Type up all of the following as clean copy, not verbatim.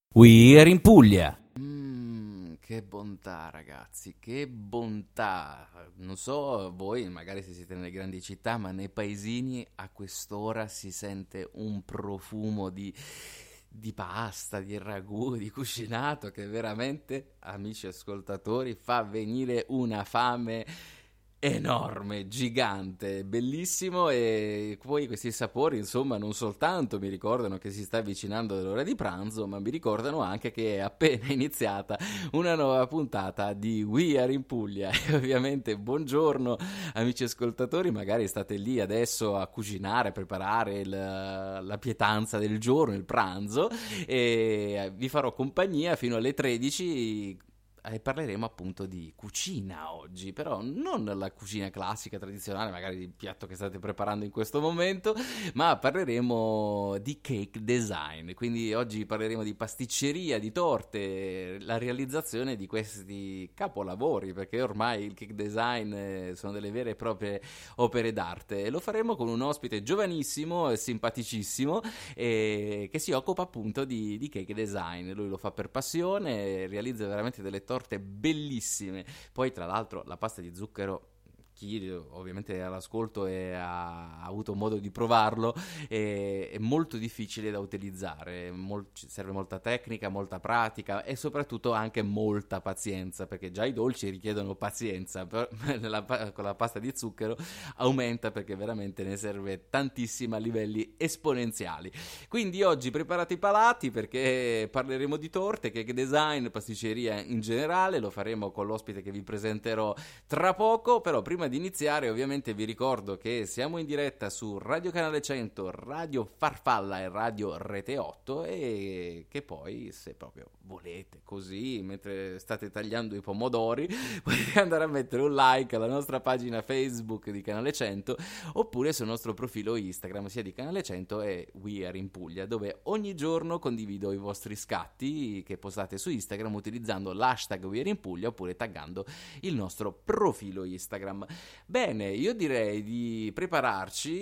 We're in Puglia. Che bontà, ragazzi, che bontà. Non so voi, magari se siete nelle grandi città, ma nei paesini a quest'ora si sente un profumo di pasta, di ragù, di cucinato che veramente, amici ascoltatori, fa venire una fame enorme, gigante, bellissimo. E poi questi sapori, insomma, non soltanto mi ricordano che si sta avvicinando l'ora di pranzo, ma mi ricordano anche che è appena iniziata una nuova puntata di We Are in Puglia. E ovviamente buongiorno amici ascoltatori, magari state lì adesso a cucinare, a preparare la pietanza del giorno, il pranzo, e vi farò compagnia fino alle 13. Parleremo appunto di cucina oggi, però non la cucina classica, tradizionale, magari il piatto che state preparando in questo momento, ma parleremo di cake design. Quindi oggi parleremo di pasticceria, di torte, la realizzazione di questi capolavori, perché ormai il cake design sono delle vere e proprie opere d'arte, e lo faremo con un ospite giovanissimo e simpaticissimo che si occupa appunto di cake design. Lui lo fa per passione, realizza veramente delle torte bellissime. Poi tra l'altro la pasta di zucchero, chi ovviamente è all'ascolto e ha avuto modo di provarlo, è molto difficile da utilizzare, serve molta tecnica, molta pratica e soprattutto anche molta pazienza, perché già i dolci richiedono pazienza, però con la pasta di zucchero aumenta, perché veramente ne serve tantissima a livelli esponenziali. Quindi oggi preparate i palati, perché parleremo di torte, cake design, pasticceria in generale. Lo faremo con l'ospite che vi presenterò tra poco, però prima di iniziare ovviamente vi ricordo che siamo in diretta su Radio Canale 100, Radio Farfalla e Radio Rete 8, e che poi, se proprio volete, così mentre state tagliando i pomodori, potete andare a mettere un like alla nostra pagina Facebook di Canale 100, oppure sul nostro profilo Instagram sia di Canale 100 e We Are in Puglia, dove ogni giorno condivido i vostri scatti che postate su Instagram utilizzando l'hashtag We Are in Puglia, oppure taggando il nostro profilo Instagram. Bene, io direi di prepararci.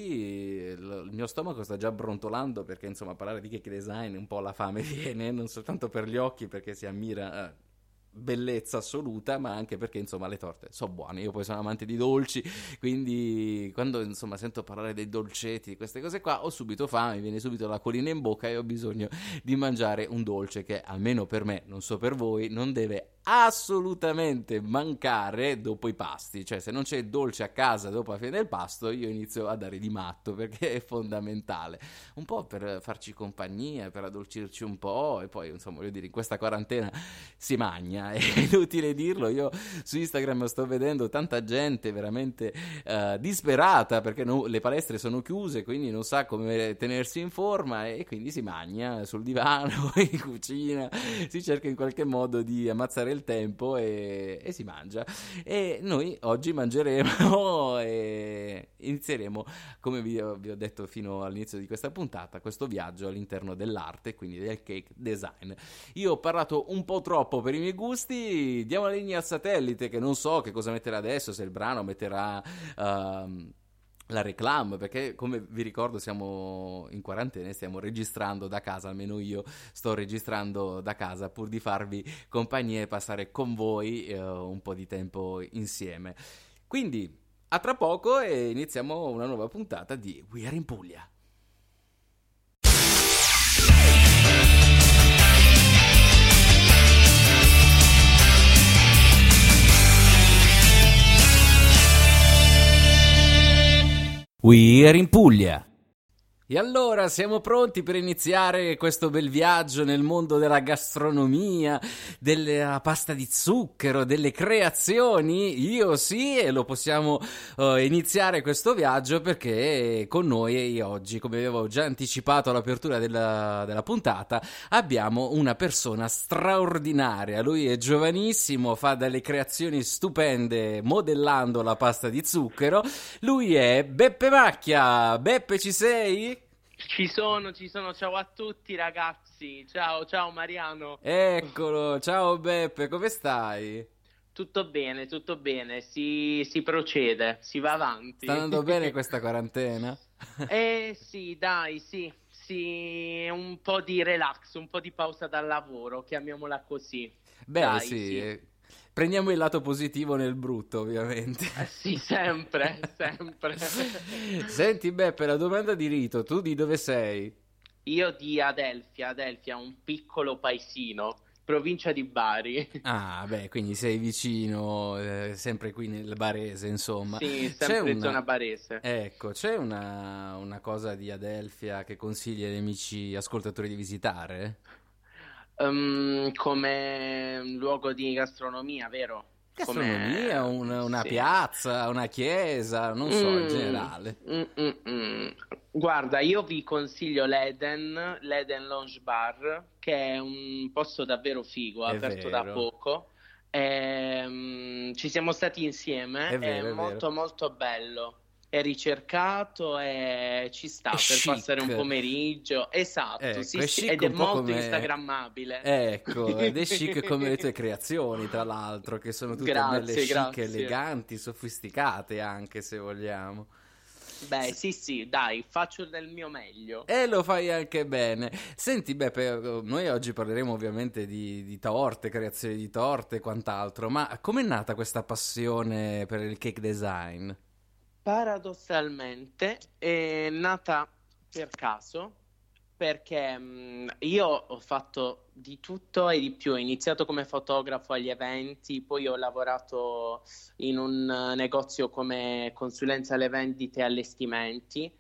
Il mio stomaco sta già brontolando, perché insomma parlare di cake design un po' la fame viene, non soltanto per gli occhi, perché si ammira bellezza assoluta, ma anche perché insomma le torte sono buone. Io poi sono amante di dolci, quindi quando insomma sento parlare dei dolcetti, di queste cose qua, ho subito fame, mi viene subito l'acquolina in bocca e ho bisogno di mangiare un dolce che, almeno per me, non so per voi, non deve assolutamente mancare dopo i pasti. Cioè, se non c'è il dolce a casa dopo la fine del pasto, io inizio a dare di matto, perché è fondamentale, un po' per farci compagnia, per addolcirci un po'. E poi insomma, voglio dire, in questa quarantena si magna, è inutile dirlo. Io su Instagram sto vedendo tanta gente veramente disperata, perché le palestre sono chiuse, quindi non sa come tenersi in forma, e quindi si magna sul divano, in cucina, si cerca in qualche modo di ammazzare il tempo e si mangia. E noi oggi mangeremo e inizieremo, come vi ho detto fino all'inizio di questa puntata, questo viaggio all'interno dell'arte, quindi del cake design. Io ho parlato un po' troppo per i miei gusti, diamo la linea al satellite, che non so che cosa metterà adesso, se il brano metterà la reclame, perché come vi ricordo siamo in quarantena e stiamo registrando da casa, almeno io sto registrando da casa, pur di farvi compagnia e passare con voi un po' di tempo insieme. Quindi a tra poco e iniziamo una nuova puntata di We Are in Puglia. We're in Puglia. E allora siamo pronti per iniziare questo bel viaggio nel mondo della gastronomia, della pasta di zucchero, delle creazioni? Io sì, e lo possiamo iniziare questo viaggio, perché con noi oggi, come avevo già anticipato all'apertura della puntata, abbiamo una persona straordinaria. Lui è giovanissimo, fa delle creazioni stupende modellando la pasta di zucchero. Lui è Beppe Macchia. Beppe, ci sei? Ci sono, ciao a tutti ragazzi, ciao Mariano. Eccolo, ciao Beppe, come stai? Tutto bene, si procede, si va avanti. Sta andando bene questa quarantena? Sì, dai, sì, ragazzi, un po' di relax, un po' di pausa dal lavoro, chiamiamola così. Beh, Dai, sì, sì. prendiamo il lato positivo nel brutto, ovviamente. Sì, sempre, sempre. Senti, Beppe, la domanda di rito, tu di dove sei? Io di Adelfia, un piccolo paesino, provincia di Bari. Ah, beh, quindi sei vicino, sempre qui nel Barese, insomma. Sì, C'è sempre zona barese. ecco, c'è una cosa di Adelfia che consigli agli amici ascoltatori di visitare? Come luogo di gastronomia, vero? Gastronomia, Come... una Sì. piazza, una chiesa, non so, in Mm, generale. mm. Guarda, io vi consiglio l'Eden Lounge Bar, che è un posto davvero figo, È aperto da vero, poco. Ci siamo stati insieme, è è vero, è vero. molto molto bello. È ricercato e ci È sta per passare un chic. pomeriggio. Esatto, Ecco, sì, è sì, chic ed è un po' molto come... instagrammabile. Ecco, ed è chic come le tue creazioni, tra l'altro, che sono tutte belle Grazie, chic, grazie. eleganti, sofisticate anche, se vogliamo. Beh, sì, sì, dai, faccio del mio meglio. E lo fai anche bene. Senti, Beppe, noi oggi parleremo ovviamente di torte, creazioni di torte e quant'altro, ma com'è nata questa passione per il cake design? Paradossalmente è nata per caso perché io ho fatto di tutto e di più. Ho iniziato come fotografo agli eventi, poi ho lavorato in un negozio come consulenza alle vendite e allestimenti.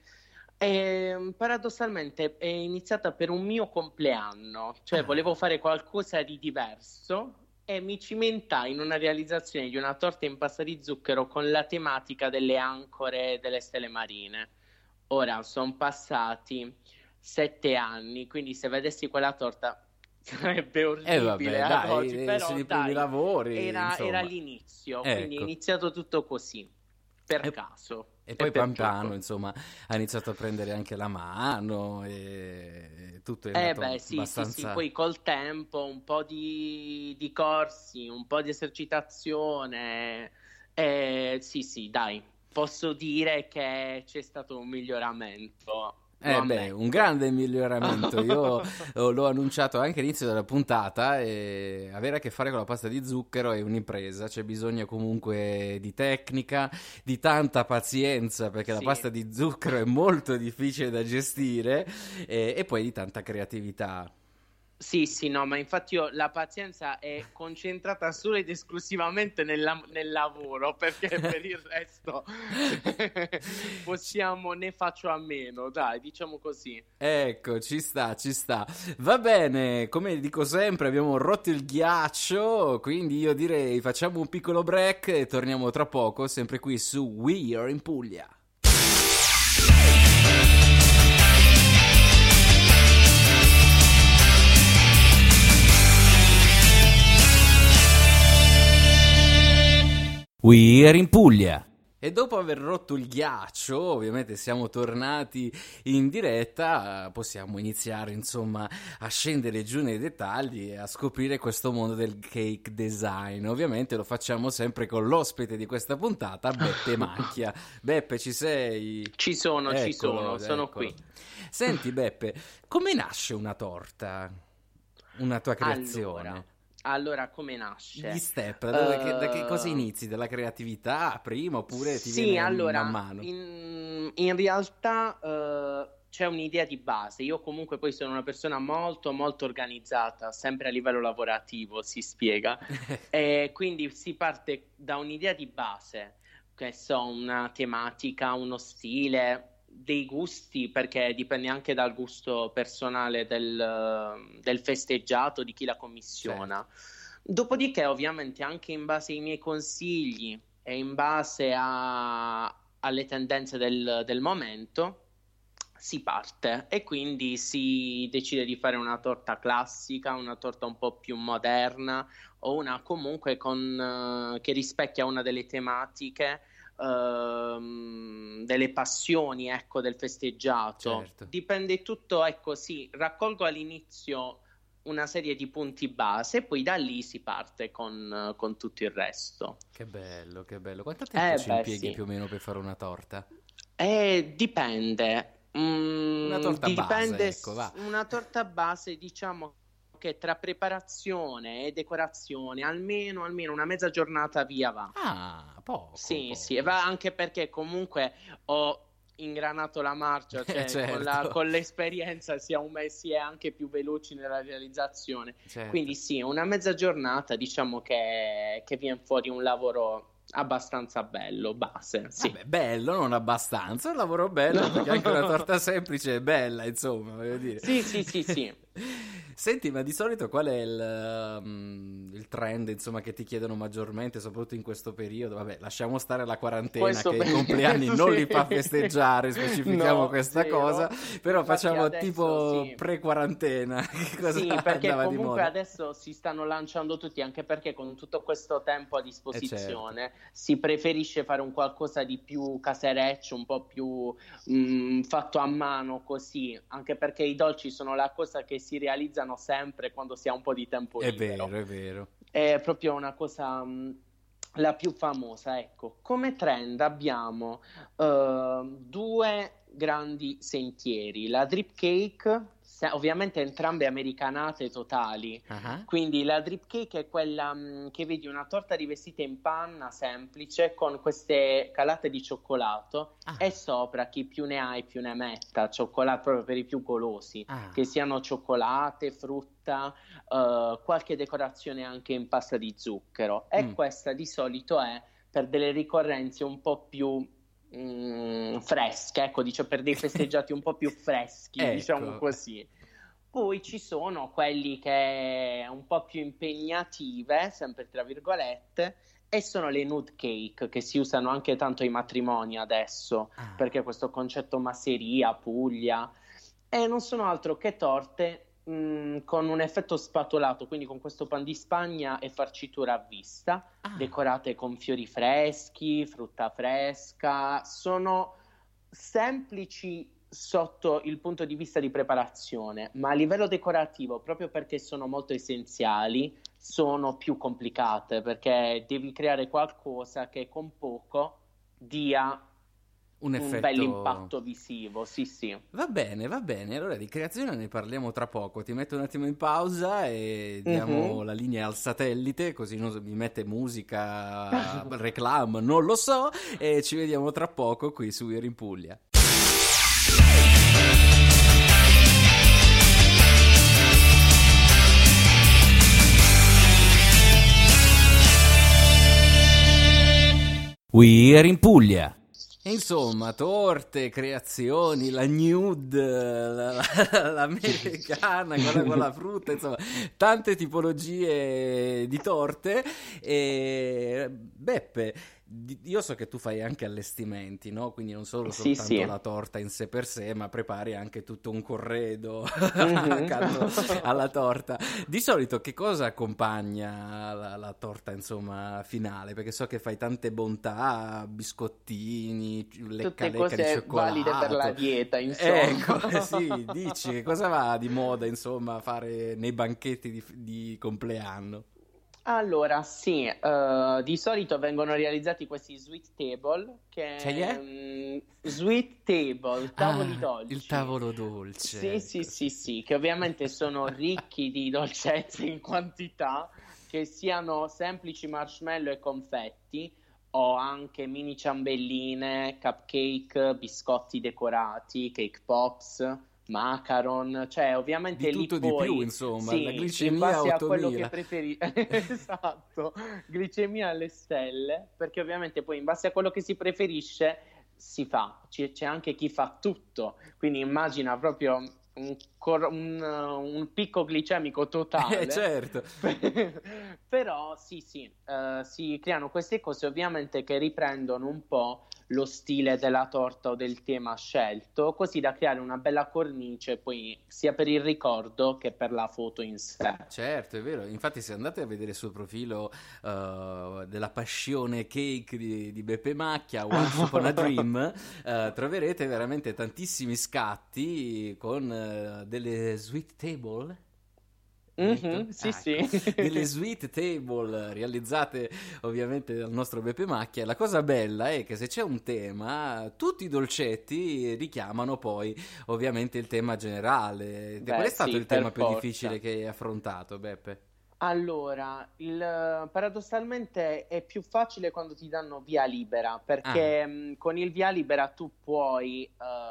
E paradossalmente è iniziata per un mio compleanno, cioè volevo Ah, fare qualcosa di diverso e mi cimentai in una realizzazione di una torta in pasta di zucchero con la tematica delle ancore e delle stelle marine. Ora sono passati 7 anni, quindi se vedessi quella torta sarebbe e orribile vabbè, ad dai, oggi, però sono i primi dai, lavori, era insomma. l'inizio, quindi è Ecco. iniziato tutto così, per E, caso e e poi per pian piano, gioco. insomma, ha iniziato a prendere anche la mano e tutto è Eh andato beh, sì, sì, sì, abbastanza... poi col tempo un po' di corsi, un po' di esercitazione, sì, sì, dai, posso dire che c'è stato un miglioramento, lo Eh beh, un ammetto. grande miglioramento. Io l'ho annunciato anche all'inizio della puntata e avere a che fare con la pasta di zucchero è un'impresa. C'è bisogno comunque di tecnica, di tanta pazienza perché la Sì. pasta di zucchero è molto difficile da gestire e poi di tanta creatività. Sì, sì, no, ma infatti io la pazienza è concentrata solo ed esclusivamente nel lavoro, perché per il resto possiamo, ne faccio a meno, dai, diciamo così. Ecco, ci sta, ci sta. Va bene, come dico sempre, abbiamo rotto il ghiaccio, quindi io direi facciamo un piccolo break e torniamo tra poco, sempre qui su We Are in Puglia. We Are in Puglia. E dopo aver rotto il ghiaccio, ovviamente siamo tornati in diretta, possiamo iniziare insomma a scendere giù nei dettagli e a scoprire questo mondo del cake design. Ovviamente lo facciamo sempre con l'ospite di questa puntata, Beppe Macchia. Beppe, ci sei? Ci sono, Eccolo, sono eccolo. qui. Senti Beppe, come nasce una torta? Una tua Allora, creazione? come Gli nasce? step, da che cosa Eh, inizi? Dalla creatività prima oppure ti Sì, viene man allora, mano? in realtà c'è un'idea di base. Io comunque poi sono una persona molto, molto organizzata, sempre a livello lavorativo, si spiega. E quindi si parte da un'idea di base, che so, una tematica, uno stile, dei gusti, perché dipende anche dal gusto personale del festeggiato, di chi la Certo, commissiona. Dopodiché, ovviamente, anche in base ai miei consigli e in base alle tendenze del momento si parte e quindi si decide di fare una torta classica, una torta un po' più moderna o una comunque che rispecchia una delle tematiche, delle passioni, ecco, del festeggiato. certo. Dipende tutto, ecco, sì, raccolgo all'inizio una serie di punti base e poi da lì si parte con tutto il resto. Che bello, che bello. Quanto tempo ci Beh, impieghi sì. più o meno per fare una torta? Dipende. Una torta Dipende, base, ecco, va. una torta base, diciamo che tra preparazione e decorazione almeno una mezza giornata via va. Ah, poco, Sì, sì, e poco. va anche perché comunque ho ingranato la marcia, cioè Certo, con l'esperienza si è anche più veloci nella realizzazione. certo. Quindi sì, una mezza giornata diciamo che viene fuori un lavoro abbastanza bello, base, sì. Vabbè, bello, non abbastanza, un lavoro bello, perché anche una torta semplice è bella, insomma, voglio dire. Sì, sì, sì, sì. Senti, ma di solito qual è il trend, insomma, che ti chiedono maggiormente, soprattutto in questo periodo? Vabbè, lasciamo stare la quarantena, Questo che i compleanni non li fa sì. festeggiare, specifichiamo No, questa zero. cosa, però Infatti facciamo adesso tipo sì. pre-quarantena, che cosa Sì, perché andava di comunque moda? adesso si stanno lanciando tutti, anche perché con tutto questo tempo a Certo. disposizione si preferisce fare un qualcosa di più casereccio, un po' più fatto a mano così, anche perché i dolci sono la cosa che si realizzano sempre quando si ha un po' di tempo È libero. vero, è vero. È proprio una cosa la più famosa, ecco. Come trend abbiamo due grandi sentieri, la drip cake, ovviamente entrambe americanate totali. Ah, Quindi la drip cake è quella che vedi una torta rivestita in panna semplice con queste calate di cioccolato ah, e sopra chi più ne ha e più ne metta, cioccolato proprio per i più golosi, ah. che siano cioccolate, frutta, qualche decorazione anche in pasta di zucchero. E questa di solito è per delle ricorrenze un po' più fresche, ecco, diciamo per dei festeggiati un po' più freschi, Ecco. diciamo così. Poi ci sono quelli che un po' più impegnative, sempre tra virgolette, e sono le nude cake che si usano anche tanto ai matrimoni adesso, Ah. perché questo concetto masseria, Puglia, e non sono altro che torte con un effetto spatolato, quindi con questo pan di Spagna e farcitura a vista, Ah. decorate con fiori freschi, frutta fresca, sono semplici sotto il punto di vista di preparazione, ma a livello decorativo, proprio perché sono molto essenziali, sono più complicate, perché devi creare qualcosa che con poco dia Un effetto... bel impatto visivo, sì sì. Va bene, allora di creazione ne parliamo tra poco, ti metto un attimo in pausa e diamo la linea al satellite, così non mi mette musica, reclame, non lo so, e ci vediamo tra poco qui su We're in Puglia. We're in Puglia. E insomma, torte, creazioni, la nude, l'americana con la frutta, insomma, tante tipologie di torte. E Beppe, io so che tu fai anche allestimenti, no? Quindi non solo Sì, soltanto sì. la torta in sé per sé, ma prepari anche tutto un corredo accanto alla torta. Di solito che cosa accompagna la torta, insomma, finale? Perché so che fai tante bontà, biscottini, Tutte lecca di cose cioccolato. valide per la dieta, insomma. Ecco, sì, dici che cosa va di moda, insomma, fare nei banchetti di compleanno? Allora, sì, di solito vengono realizzati questi sweet table, che sweet table, tavoli dolci. Il tavolo dolce. Sì, sì, ecco. sì, sì, che ovviamente sono ricchi di dolcezze in quantità, che siano semplici marshmallow e confetti, o anche mini ciambelline, cupcake, biscotti decorati, cake pops, macaron, cioè ovviamente Di lì tutto di poi più, insomma, sì, la in glicemia base a quello che 8000. esatto, glicemia alle stelle, perché ovviamente poi in base a quello che si preferisce si fa, c'è anche chi fa tutto, quindi immagina proprio un picco glicemico totale. Certo. Però sì, si creano queste cose ovviamente che riprendono un po' lo stile della torta o del tema scelto, così da creare una bella cornice poi sia per il ricordo che per la foto in sé. Certo, è vero. Infatti, se andate a vedere sul profilo della passione cake di Beppe Macchia, Once Upon a Dream, troverete veramente tantissimi scatti con delle sweet table. Hai detto? Sì, Ecco, sì. delle sweet table realizzate ovviamente dal nostro Beppe Macchia. La cosa bella è che se c'è un tema, tutti i dolcetti richiamano poi ovviamente il tema generale. Qual è Beh, stato sì, il per tema più difficile forza. che hai affrontato, Beppe? Allora, paradossalmente è più facile quando ti danno via libera, Ah, perché con il via libera tu puoi,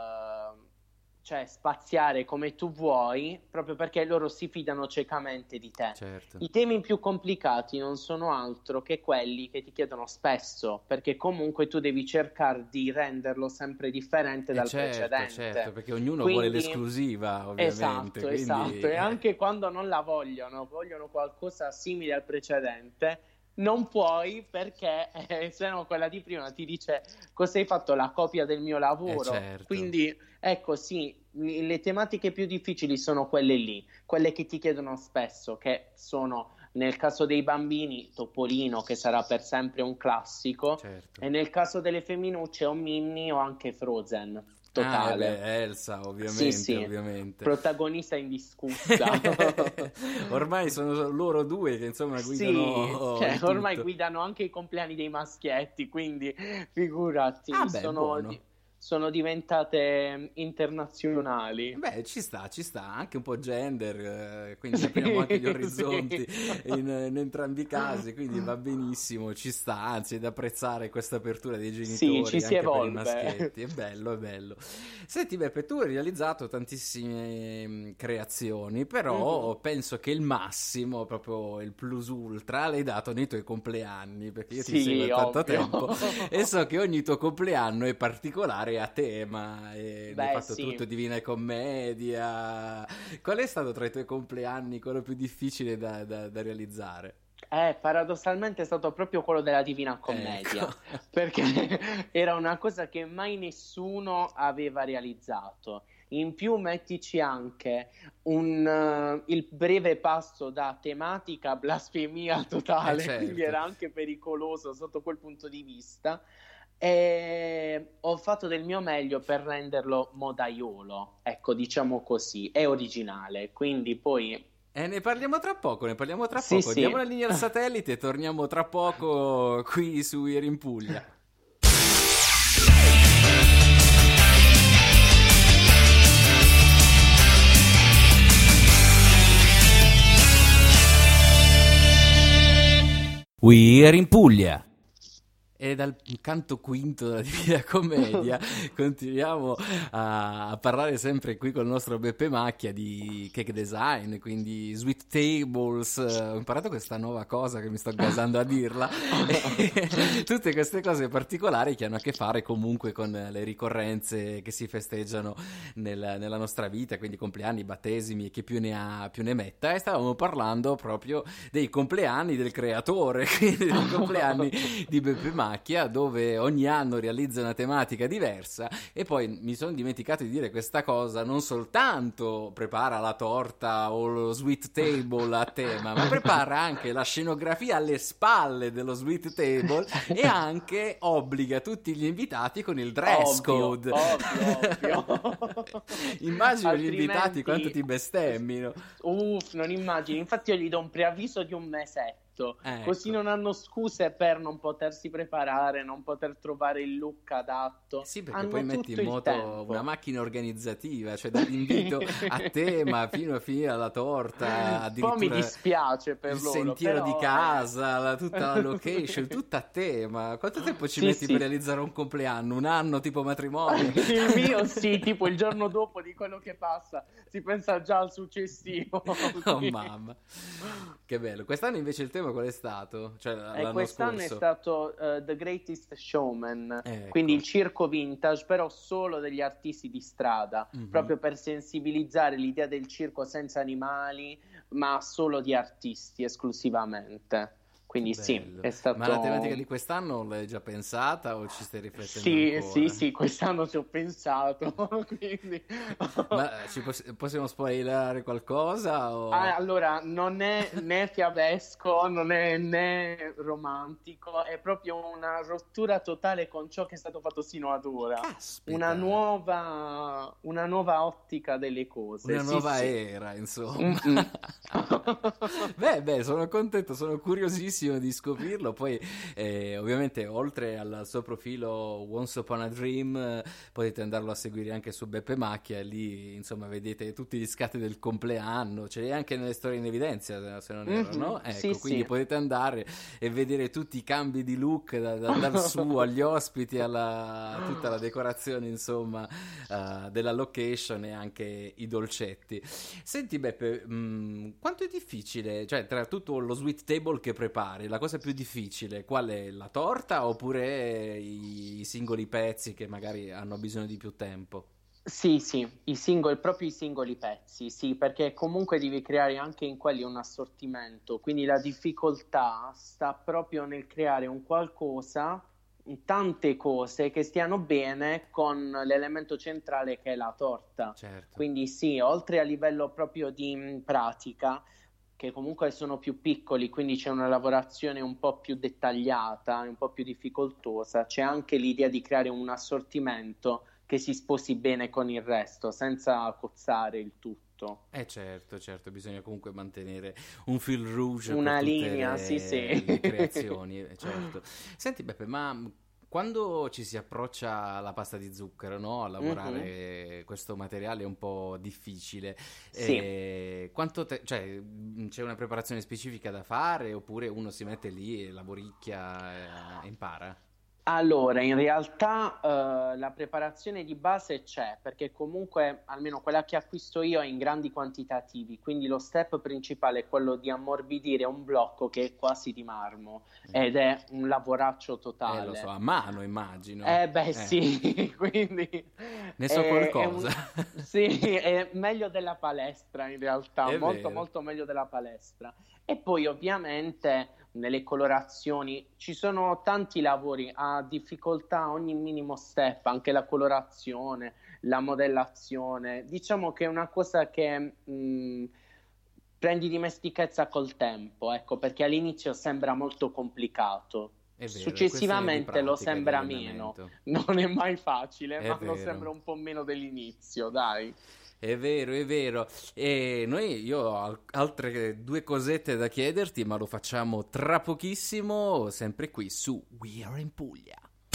cioè, spaziare come tu vuoi, proprio perché loro si fidano ciecamente di te. certo. I temi più complicati non sono altro che quelli che ti chiedono spesso, perché comunque tu devi cercare di renderlo sempre differente E dal certo, certo, precedente. perché ognuno vuole Quindi, l'esclusiva, ovviamente, esatto, quindi esatto. E anche quando non la vogliono qualcosa simile al precedente, non puoi perché se no quella di prima ti dice cosa hai fatto, la copia del mio lavoro. certo. Quindi ecco, sì, le tematiche più difficili sono quelle lì, quelle che ti chiedono spesso, che sono nel caso dei bambini Topolino, che sarà per sempre un classico, Certo. e nel caso delle femminucce o Minnie o anche Frozen, Ah, e totale. beh, Elsa, Sì, ovviamente, sì, ovviamente. protagonista indiscussa. Ormai sono loro due che insomma Sì, guidano cioè il ormai tutto. guidano anche i compleanni dei maschietti, quindi Ah, figurati, beh, buono. sono diventate internazionali. Beh, ci sta, anche un po' gender, quindi Sì, apriamo anche gli sì. orizzonti in entrambi i casi, quindi va benissimo, ci sta, anzi è da apprezzare questa apertura dei Sì, ci genitori si anche per i evolve. maschietti, è bello, è bello. Senti Beppe, tu hai realizzato tantissime creazioni, Mhm. però penso che il massimo, proprio il plus ultra, l'hai dato nei tuoi compleanni, perché io ti seguo Sì, da tanto ovvio. tempo e so che ogni tuo compleanno è particolare a tema, e ne hai Beh, fatto tutto sì. Divina Commedia. Qual è stato tra i tuoi compleanni quello più difficile da realizzare? Paradossalmente è stato proprio quello della Divina Ecco. Commedia, perché era una cosa che mai nessuno aveva realizzato. In più mettici anche il breve passo da tematica a blasfemia totale, quindi Certo. era anche pericoloso sotto quel punto di vista. E ho fatto del mio meglio per renderlo modaiolo, ecco, diciamo così, è originale, quindi poi Ne parliamo tra poco, ne parliamo tra sì, poco. Diamo sì. la linea al satellite e torniamo tra poco qui su Ieri in Puglia. We Are in Puglia. E dal canto quinto della Divina Commedia continuiamo a parlare sempre qui col nostro Beppe Macchia di cake design, quindi sweet tables. Ho imparato questa nuova cosa che mi sto gasando a dirla. E tutte queste cose particolari che hanno a che fare comunque con le ricorrenze che si festeggiano nella nostra vita, quindi compleanni, battesimi e chi più ne ha più ne metta. E stavamo parlando proprio dei compleanni del creatore, quindi dei compleanni di Beppe Macchia, dove ogni anno realizza una tematica diversa. E poi mi sono dimenticato di dire questa cosa: non soltanto prepara la torta o lo sweet table a tema, ma prepara anche la scenografia alle spalle dello sweet table e anche obbliga tutti gli invitati con il dress Ovvio, code. ovvio, ovvio. Immagino gli invitati quanto Altrimenti, ti bestemmino. non immagini. Infatti, io gli do un preavviso di un mesetto, così Ecco. non hanno scuse per non potersi preparare, non poter trovare il look adatto. Sì, perché poi Hanno metti in tutto il moto una tempo. macchina organizzativa, cioè dall'invito a tema fino a finire alla torta, Poi mi addirittura dispiace il per loro, sentiero di però casa, tutta la location, tutta a tema. Quanto tempo ci sì, metti per sì. realizzare un compleanno? Un anno tipo matrimonio? Il mio sì, tipo il giorno dopo di quello che passa, si pensa già al successivo. Oh mamma, che bello. Quest'anno invece il tema qual è stato? Cioè E l'anno quest'anno è scorso? stato The Greatest Showman, quindi Ecco. il circo vintage, però solo degli artisti di strada, Mhm. proprio per sensibilizzare l'idea del circo senza animali, ma solo di artisti esclusivamente. Quindi sì, bello. è stato... Ma la tematica di quest'anno l'hai già pensata o ci stai riflettendo Sì, ancora? sì, quest'anno ci ho pensato, quindi... Ma possiamo spoilerare qualcosa? O... Allora, non è né fiabesco, non è né romantico, è proprio una rottura totale con ciò che è stato fatto sino ad ora. Caspita! Una nuova ottica delle cose. Una Sì, nuova sì. era, insomma. Mm-mm. Beh, sono contento, sono curiosissimo di scoprirlo. Poi, ovviamente, oltre al suo profilo Once Upon a Dream, potete andarlo a seguire anche su Beppe Macchia. Lì, insomma, vedete tutti gli scatti del compleanno. Ce li è anche nelle storie in evidenza, se non erro, no? Ecco, Sì, quindi sì. potete andare e vedere tutti i cambi di look dal su agli ospiti a tutta la decorazione, insomma, della location e anche i dolcetti. Senti Beppe, quanto è difficile, cioè tra tutto lo sweet table che prepari, la cosa più difficile, qual è? La torta oppure i singoli pezzi che magari hanno bisogno di più tempo? Sì, proprio i singoli pezzi, sì, perché comunque devi creare anche in quelli un assortimento, quindi la difficoltà sta proprio nel creare un qualcosa, tante cose che stiano bene con l'elemento centrale che è la torta. Certo. Quindi sì, oltre a livello proprio di pratica, che comunque sono più piccoli, quindi c'è una lavorazione un po' più dettagliata, un po' più difficoltosa, c'è anche l'idea di creare un assortimento che si sposi bene con il resto, senza cozzare il tutto. Certo, bisogna comunque mantenere un fil rouge per Una tutte linea, sì, sì. le creazioni, certo. Senti Beppe, ma quando ci si approccia alla pasta di zucchero, no? A Mhm. lavorare questo materiale è un po' difficile. Sì. Cioè, c'è una preparazione specifica da fare oppure uno si mette lì e lavoricchia e impara? Allora, in realtà la preparazione di base c'è, perché comunque almeno quella che acquisto io è in grandi quantitativi, quindi lo step principale è quello di ammorbidire un blocco che è quasi di marmo ed è un lavoraccio Lo so, totale. a mano immagino. Eh beh sì, quindi Ne so è qualcosa. sì, è meglio della palestra in realtà, È molto vero. molto meglio della palestra. E poi ovviamente nelle colorazioni ci sono tanti lavori a difficoltà ogni minimo step, anche la colorazione, la modellazione. Diciamo che è una cosa che prendi dimestichezza col tempo, ecco, perché all'inizio sembra molto complicato. È vero, è questione di Successivamente lo pratica, di sembra meno, allenamento. non è mai facile, È ma lo sembra vero. un po' meno dell'inizio, dai. È vero, è vero. E io ho altre due cosette da chiederti, ma lo facciamo tra pochissimo, sempre qui su We Are in Puglia.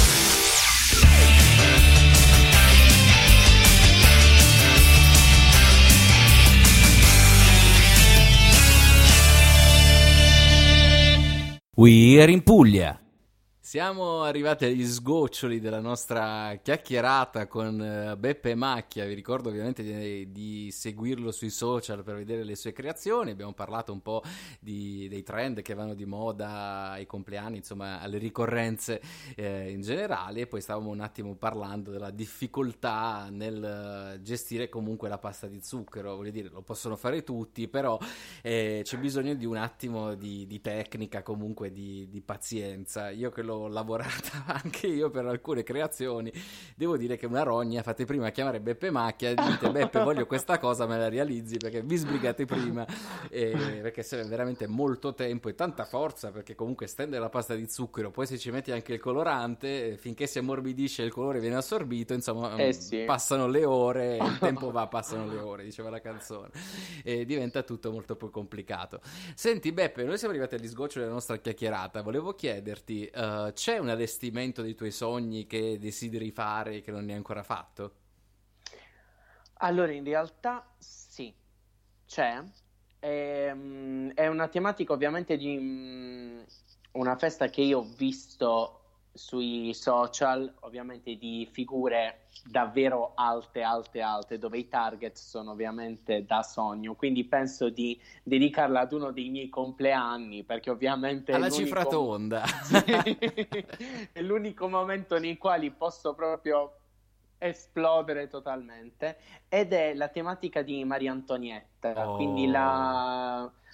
We Are in Puglia. Siamo arrivati agli sgoccioli della nostra chiacchierata con Beppe Macchia. Vi ricordo ovviamente di seguirlo sui social per vedere le sue creazioni. Abbiamo parlato un po' dei trend che vanno di moda ai compleanni, insomma alle ricorrenze in generale, e poi stavamo un attimo parlando della difficoltà nel gestire comunque la pasta di zucchero. Voglio dire, lo possono fare tutti, però c'è bisogno di un attimo di tecnica, comunque di pazienza. Io che l'ho lavorata anche io per alcune creazioni, devo dire che è una rogna. Fate prima a chiamare Beppe Macchia e dite: Beppe, voglio questa cosa, me la realizzi, perché vi sbrigate prima, perché serve veramente molto tempo e tanta forza, perché comunque stende la pasta di zucchero, poi se ci metti anche il colorante, finché si ammorbidisce e il colore viene assorbito, insomma, Sì. passano le ore, il tempo va, passano le ore, diceva la canzone, e diventa tutto molto più complicato. Senti Beppe, noi siamo arrivati agli sgoccioli della nostra chiacchierata. Volevo chiederti, c'è un allestimento dei tuoi sogni che desideri fare e che non ne hai ancora fatto? Allora, in realtà sì, c'è. È una tematica ovviamente di una festa che io ho visto sui social, ovviamente di figure davvero alte, dove i target sono ovviamente da sogno, quindi penso di dedicarla ad uno dei miei compleanni, perché ovviamente Alla cifra tonda. Sì, è l'unico momento nei quali posso proprio esplodere totalmente, ed è la tematica di Maria Antonietta, quindi Oh.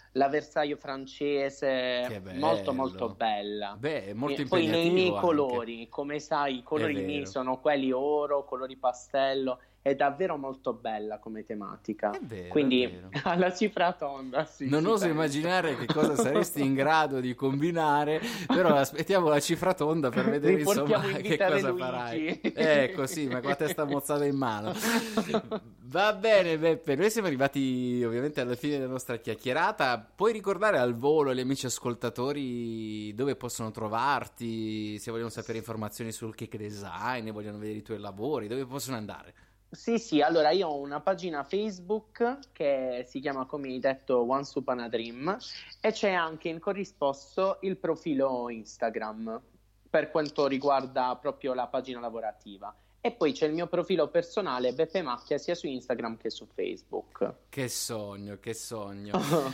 la Versailles francese, Che bello. molto molto bella. Beh, è molto Poi impegnativo nei miei anche. colori, come sai, i colori È miei vero. sono quelli oro, colori pastello, è davvero molto bella come tematica. È vero, Quindi è vero. alla cifra tonda, sì, Non ci oso penso. immaginare che cosa saresti in grado di combinare, però aspettiamo la cifra tonda per vedere Riportiamo insomma in che vita cosa Luigi. farai. Ecco, sì, ma con la testa mozzata in mano. Va bene, Beppe, noi siamo arrivati ovviamente alla fine della nostra chiacchierata. Puoi ricordare al volo agli amici ascoltatori dove possono trovarti, se vogliono sapere informazioni sul cake design, vogliono vedere i tuoi lavori, dove possono andare? Sì, allora io ho una pagina Facebook che si chiama, come hai detto, Once Upon a Dream, e c'è anche in corrisposto il profilo Instagram per quanto riguarda proprio la pagina lavorativa. E poi c'è il mio profilo personale, Beppe Macchia, sia su Instagram che su Facebook. Che sogno, che sogno.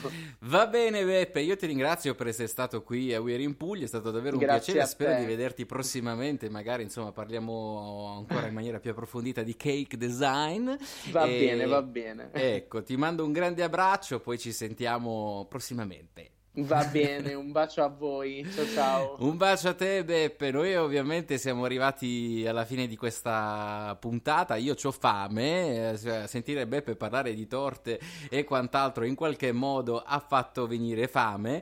Va bene, Beppe, io ti ringrazio per essere stato qui a We Are in Puglia, è stato davvero un Grazie piacere, a spero te. di vederti prossimamente, magari insomma parliamo ancora in maniera più approfondita di cake design. Va E- bene, va bene. Ecco, ti mando un grande abbraccio, poi ci sentiamo prossimamente. Va bene, un bacio a voi. Ciao ciao. Un bacio a te, Beppe. Noi ovviamente siamo arrivati alla fine di questa puntata. Io c'ho fame, sentire Beppe parlare di torte e quant'altro in qualche modo ha fatto venire fame.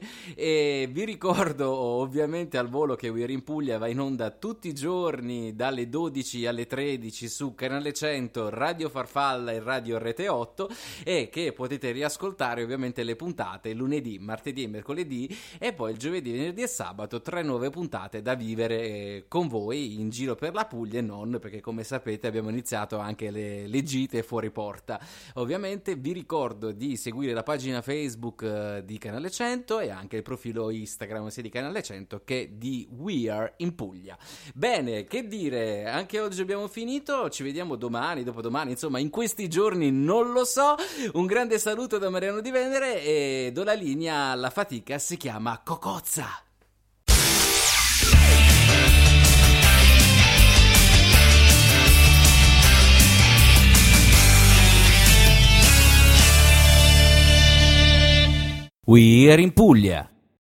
E vi ricordo ovviamente al volo che We Are in Puglia va in onda tutti i giorni dalle 12 alle 13 su Canale 100, Radio Farfalla e Radio Rete 8, e che potete riascoltare ovviamente le puntate lunedì, martedì e mercoledì, e poi il giovedì, venerdì e sabato 3 nuove puntate da vivere con voi in giro per la Puglia e non, perché come sapete abbiamo iniziato anche le gite fuori porta. Ovviamente vi ricordo di seguire la pagina Facebook di Canale 100 e anche il profilo Instagram sia di Canale 100 che di We Are in Puglia. Bene, che dire, anche oggi abbiamo finito, ci vediamo domani, dopodomani, insomma in questi giorni non lo so. Un grande saluto da Mariano Di Venere e do la linea alla fatica, si chiama Cocozza. We Are in Puglia.